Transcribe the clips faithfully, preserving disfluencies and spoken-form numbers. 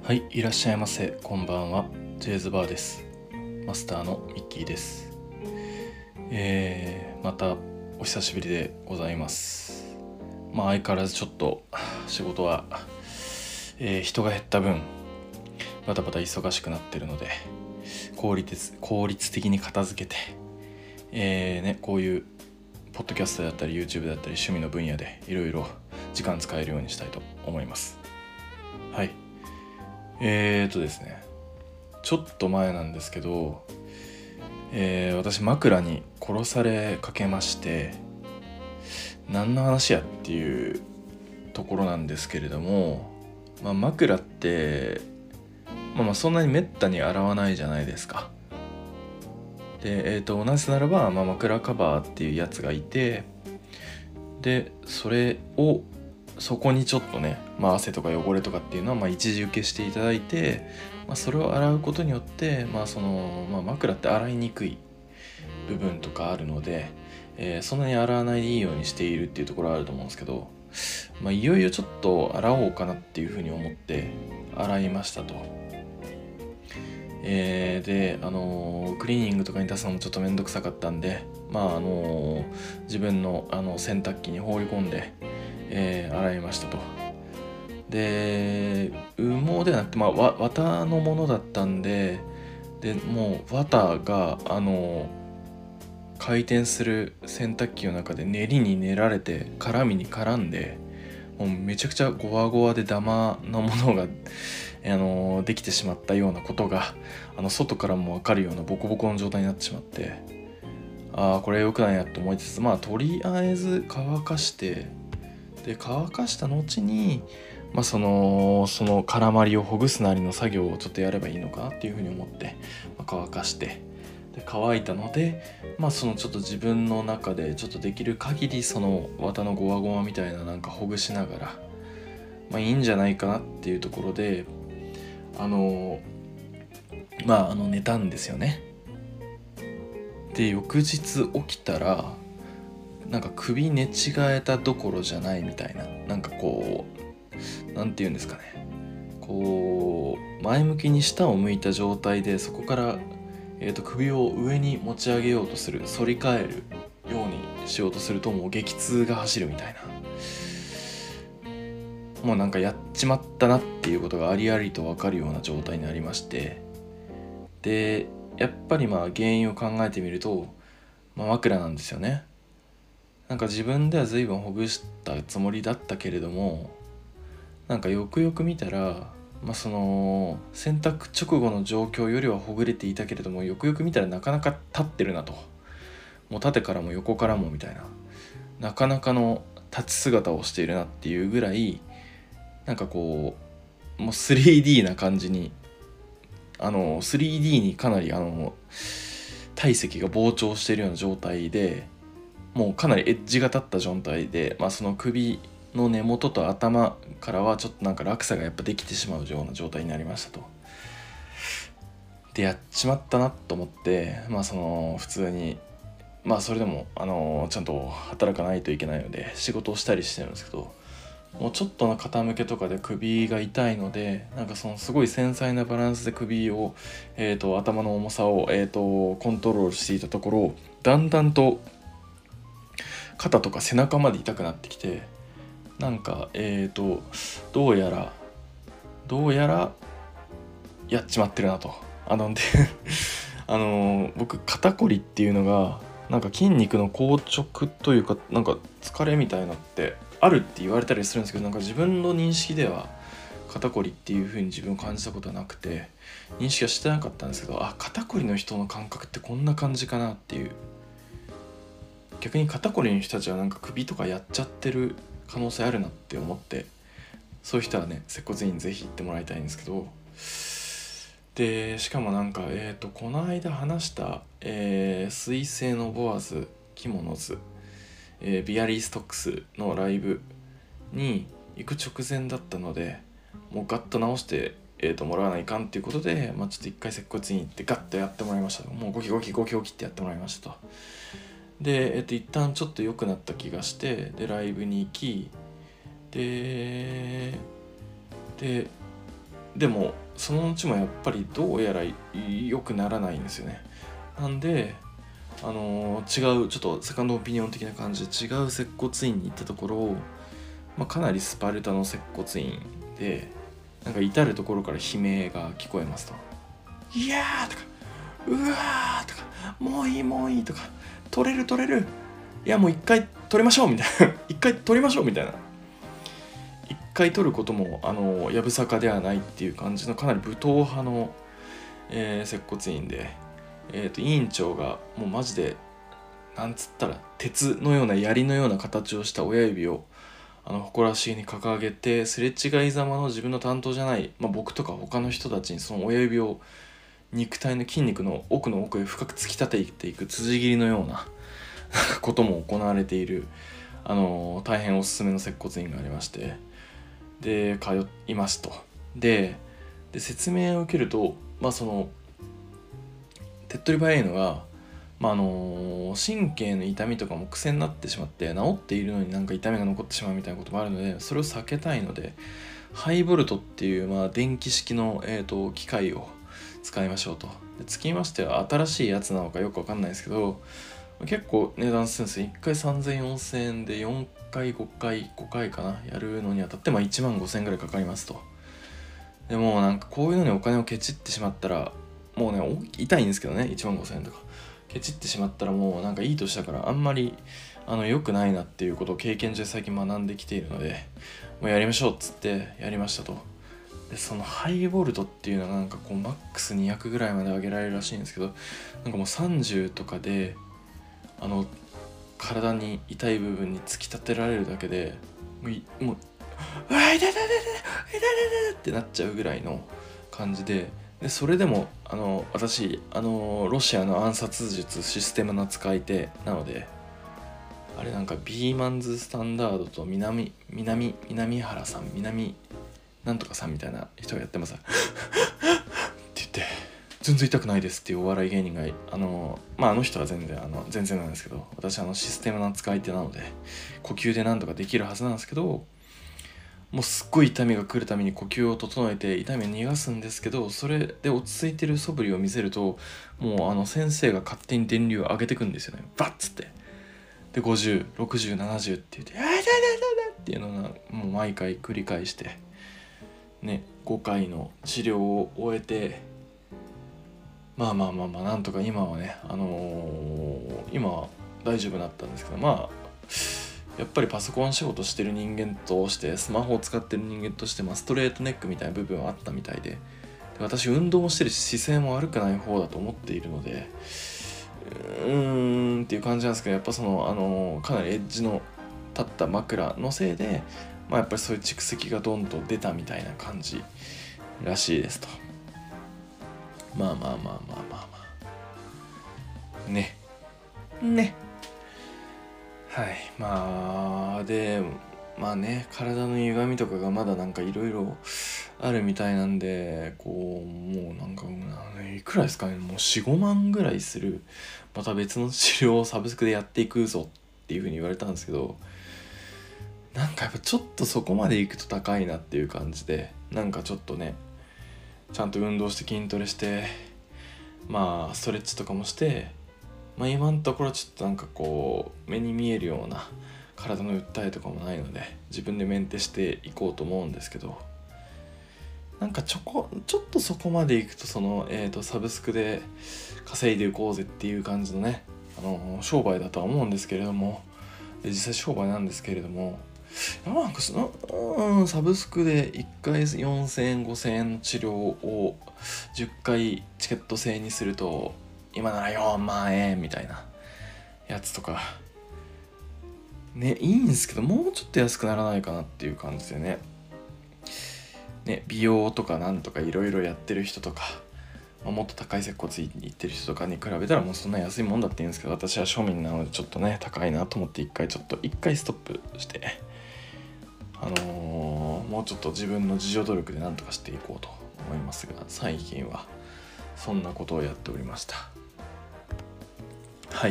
はい、いらっしゃいませ。こんばんは。ジェイズバーです。マスターのミッキーです。えー、またお久しぶりでございます。まあ相変わらずちょっと仕事は、えー、人が減った分バタバタ忙しくなってるので効率効率的に片付けて、えーね、こういうポッドキャストだったり YouTube だったり趣味の分野でいろいろ時間使えるようにしたいと思います。はい。えーとですねちょっと前なんですけど、えー、私枕に殺されかけまして、何の話やっていうところなんですけれども、まあ、枕って、まあ、まあそんなにめったに洗わないじゃないですか。で、えーとなぜならば、まあ、枕カバーっていうやつがいて、でそれをそこにちょっとね、まあ、汗とか汚れとかっていうのはまあ一時受けしていただいて、まあ、それを洗うことによって、まあそのまあ、枕って洗いにくい部分とかあるので、えーそんなに洗わないでいいようにしているっていうところはあると思うんですけど、まあ、いよいよちょっと洗おうかなっていうふうに思って洗いましたと。えーで、あのークリーニングとかに出すのもちょっとめんどくさかったんで、まああのー自分の、あの洗濯機に放り込んで、えー洗いましたと。で羽毛ではなくて、まあ、わ綿のものだったんで、でもう綿があの回転する洗濯機の中で練りに練られて絡みに絡んで、もうめちゃくちゃゴワゴワでダマなものがあのできてしまったようなことが、あの外からも分かるようなボコボコの状態になってしまって、ああこれ良くないなと思いつつ、まあとりあえず乾かして、で乾かした後に、まあ、そのその絡まりをほぐすなりの作業をちょっとやればいいのかなっていうふうに思って、まあ、乾かして、で乾いたので、まあそのちょっと自分の中でちょっとできる限りその綿のゴワゴワみたいななんかほぐしながら、まあいいんじゃないかなっていうところで、あのまああの寝たんですよね。で翌日起きたら、なんか首寝違えたどころじゃないみたいな、なんかこうなんて言うんですかね、こう前向きに下を向いた状態でそこから、えー、と首を上に持ち上げようとする、反り返るようにしようとするともう激痛が走るみたいな、もうなんかやっちまったなっていうことがありありと分かるような状態になりまして、でやっぱりまあ原因を考えてみると、まあ、枕なんですよね。なんか自分では随分ほぐしたつもりだったけれども、なんかよくよく見たら、まあ、その洗濯直後の状況よりはほぐれていたけれども、よくよく見たらなかなか立ってるなと、もう縦からも横からもみたいな、なかなかの立ち姿をしているなっていうぐらい、なんかこうもう スリーディー な感じに、あの スリーディー にかなりあの体積が膨張しているような状態で、もうかなりエッジが立った状態で、まあ、その首の根元と頭からはちょっとなんか落差がやっぱできてしまうような状態になりましたと。でやっちまったなと思って、まあその普通に、まあそれでもあのちゃんと働かないといけないので仕事をしたりしてるんですけど、もうちょっとの傾けとかで首が痛いので、なんかそのすごい繊細なバランスで首を、えー、と頭の重さを、えー、とコントロールしていたところ、だんだんと肩とか背中まで痛くなってきて、なんかえーとどうやらどうやらやっちまってるなと。あのであの僕肩こりっていうのがなんか筋肉の硬直というか、なんか疲れみたいなのってあるって言われたりするんですけど、なんか自分の認識では肩こりっていう風に自分を感じたことはなくて、認識はしてなかったんですけど、あ、肩こりの人の感覚ってこんな感じかなっていう。逆に肩こりの人たちはなんか首とかやっちゃってる可能性あるなって思って、そういう人はね接骨院ぜひ行ってもらいたいんですけど、でしかもなんかえっ、ー、とこの間話した、えー、水星のボアズキモノズ、えー、ビアリーストックスのライブに行く直前だったので、もうガッと直して、えー、ともらわないかんっていうことで、まあ、ちょっと一回接骨院行ってガッとやってもらいました。もうゴキゴキゴキゴキってやってもらいましたと。で、えー、と一旦ちょっと良くなった気がして、でライブに行き、でででもそのうちもやっぱりどうやら良くならないんですよね。なんであのー、違うちょっとセカンドオピニオン的な感じで違う接骨院に行ったところ、まあ、かなりスパルタの接骨院で、なんか至るところから悲鳴が聞こえますと。いやーとかうわーとかもういいもういいとか取れる取れるいやもう一回取りましょうみたいな一回取りましょうみたいな、一回取ることもあのやぶさかではないっていう感じのかなり武闘派の、えー、接骨院で、えー、と委員長がもうマジでなんつったら鉄のような槍のような形をした親指をあの誇らしげに掲げて、すれ違いざまの自分の担当じゃない、まあ、僕とか他の人たちにその親指を肉体の筋肉の奥の奥へ深く突き立てていく辻斬りのようなことも行われている、あの大変おすすめの接骨院がありまして、で通いますと。でで説明を受けると、まあその手っ取り早いのが、まあ、あの神経の痛みとかも癖になってしまって治っているのになんか痛みが残ってしまうみたいなこともあるので、それを避けたいのでハイボルトっていう、まあ、電気式の、えーと、機械を使いましょうと。でつきましては新しいやつなのかよくわかんないですけど、結構値段するんですよ。いっかいさんぜんよんせんえんでよんかいごかいごかいかなやるのにあたってまあいちまんごせんえんぐらいかかりますと。でもなんかこういうのにお金をケチってしまったらもうね痛いんですけどね、いちまんごせんえんとかケチってしまったらもうなんかいい年だからあんまりあの良くないなっていうことを経験上最近学んできているので、もうやりましょうっつってやりましたと。でそのハイボルトっていうのがなんかこうマックスにひゃくぐらいまで上げられるらしいんですけど、なんかもうさんじゅうとかであの体に痛い部分に突き立てられるだけでもうもううわ痛い痛い痛い痛い痛い痛いってなっちゃうぐらいの感じで、でそれでもあの私あのロシアの暗殺術システムの使い手なので、あれなんかビーマンズスタンダードと南南南原さん南なんとかさんみたいな人がやってますって言って全然痛くないですっていうお笑い芸人があのまああの人は全然あの全然なんですけど、私あのシステムの使い手なので呼吸でなんとかできるはずなんですけど、もうすっごい痛みが来るために呼吸を整えて痛みを逃がすんですけど、それで落ち着いてる素振りを見せるともうあの先生が勝手に電流を上げてくんですよね、バッつって。でごじゅう、ろくじゅう、ななじゅうって言って「あ痛い痛い痛い痛い」っていうのがもう毎回繰り返してね、ごかいの治療を終えて、まあまあまあまあなんとか今はねあのー、今は大丈夫になったんですけど、まあやっぱりパソコン仕事してる人間としてスマホを使ってる人間として、まあ、ストレートネックみたいな部分はあったみたいで、で私運動もしてるし姿勢も悪くない方だと思っているのでうーんっていう感じなんですけど、やっぱそのあのかなりエッジの立った枕のせいで、まあ、やっぱりそういう蓄積がどんどん出たみたいな感じらしいですと。まあまあまあまあまあまあねねはいまあでまあね体の歪みとかがまだなんかいろいろあるみたいなんで、こうもうなんかいくらですかね、もう よん,ご 万ぐらいするまた別の治療をサブスクでやっていくぞっていう風に言われたんですけど、なんかやっぱちょっとそこまでいくと高いなっていう感じで、なんかちょっとねちゃんと運動して筋トレしてまあストレッチとかもして、まあ今のところちょっとなんかこう目に見えるような体の訴えとかもないので自分でメンテしていこうと思うんですけど、なんかちょこちょっとそこまでいくとその、えーとサブスクで稼いでいこうぜっていう感じのねあの商売だとは思うんですけれども、実際商売なんですけれども、なんかその、うん、サブスクでいっかいよんせんえんごせんえんの治療をじゅっかいチケット制にすると今ならよんまんえんみたいなやつとかね、いいんですけどもうちょっと安くならないかなっていう感じでねね美容とかなんとかいろいろやってる人とか、まあ、もっと高い接骨院に行ってる人とかに比べたらもうそんな安いもんだって言うんですけど、私は庶民なのでちょっとね高いなと思って一回ちょっと一回ストップしてあのー、もうちょっと自分の自助努力でなんとかしていこうと思いますが、最近はそんなことをやっておりました。はい。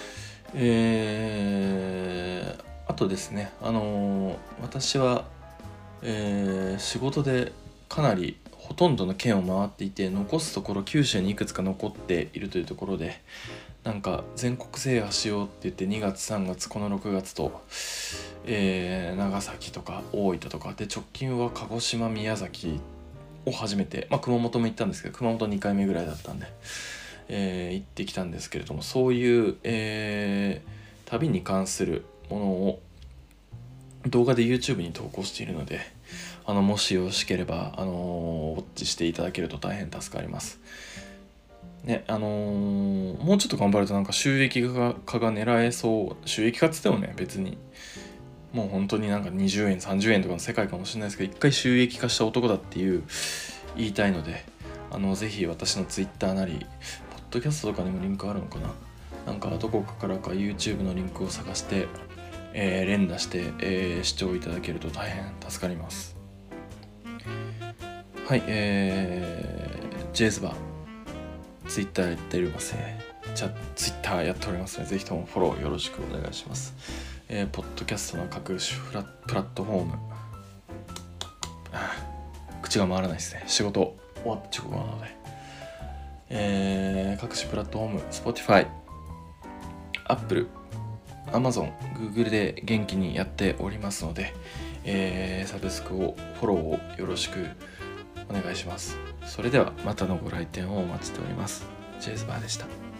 えー、あとですね、あのー、私は、えー、仕事でかなりほとんどの県を回っていて、残すところ九州にいくつか残っているというところで、なんか全国制覇しようって言ってにがつさんがつこのろくがつと、えー、長崎とか大分とかで、直近は鹿児島宮崎を初めて、まあ、熊本も行ったんですけど熊本にかいめぐらいだったんで、えー、行ってきたんですけれども、そういう、えー、旅に関するものを動画で YouTube に投稿しているので、あのもしよろしければ、あのー、ウォッチしていただけると大変助かりますね。あのー、もうちょっと頑張るとなんか収益化が狙えそう。収益化っつってもね、別にもう本当になんかにじゅうえんさんじゅうえんとかの世界かもしれないですけど、一回収益化した男だっていう言いたいので、あのぜひ私の Twitter なりポッドキャストとかにもリンクあるのかな、なんかどこかからか YouTube のリンクを探して、えー、連打して、えー、視聴いただけると大変助かります。はい、えー、ジェイズバー Twitter やっておりますね。じゃあ Twitter やっておりますので、ぜひともフォローよろしくお願いします。えー、ポッドキャストの各種プラ、プラットフォーム、ああ口が回らないですね、仕事終わった直後なので、えー、各種プラットフォーム Spotify、Apple、Amazon、Google で元気にやっておりますので、えー、サブスクをフォローをよろしくお願いします。それではまたのご来店をお待ちしております。ジェイズバーでした。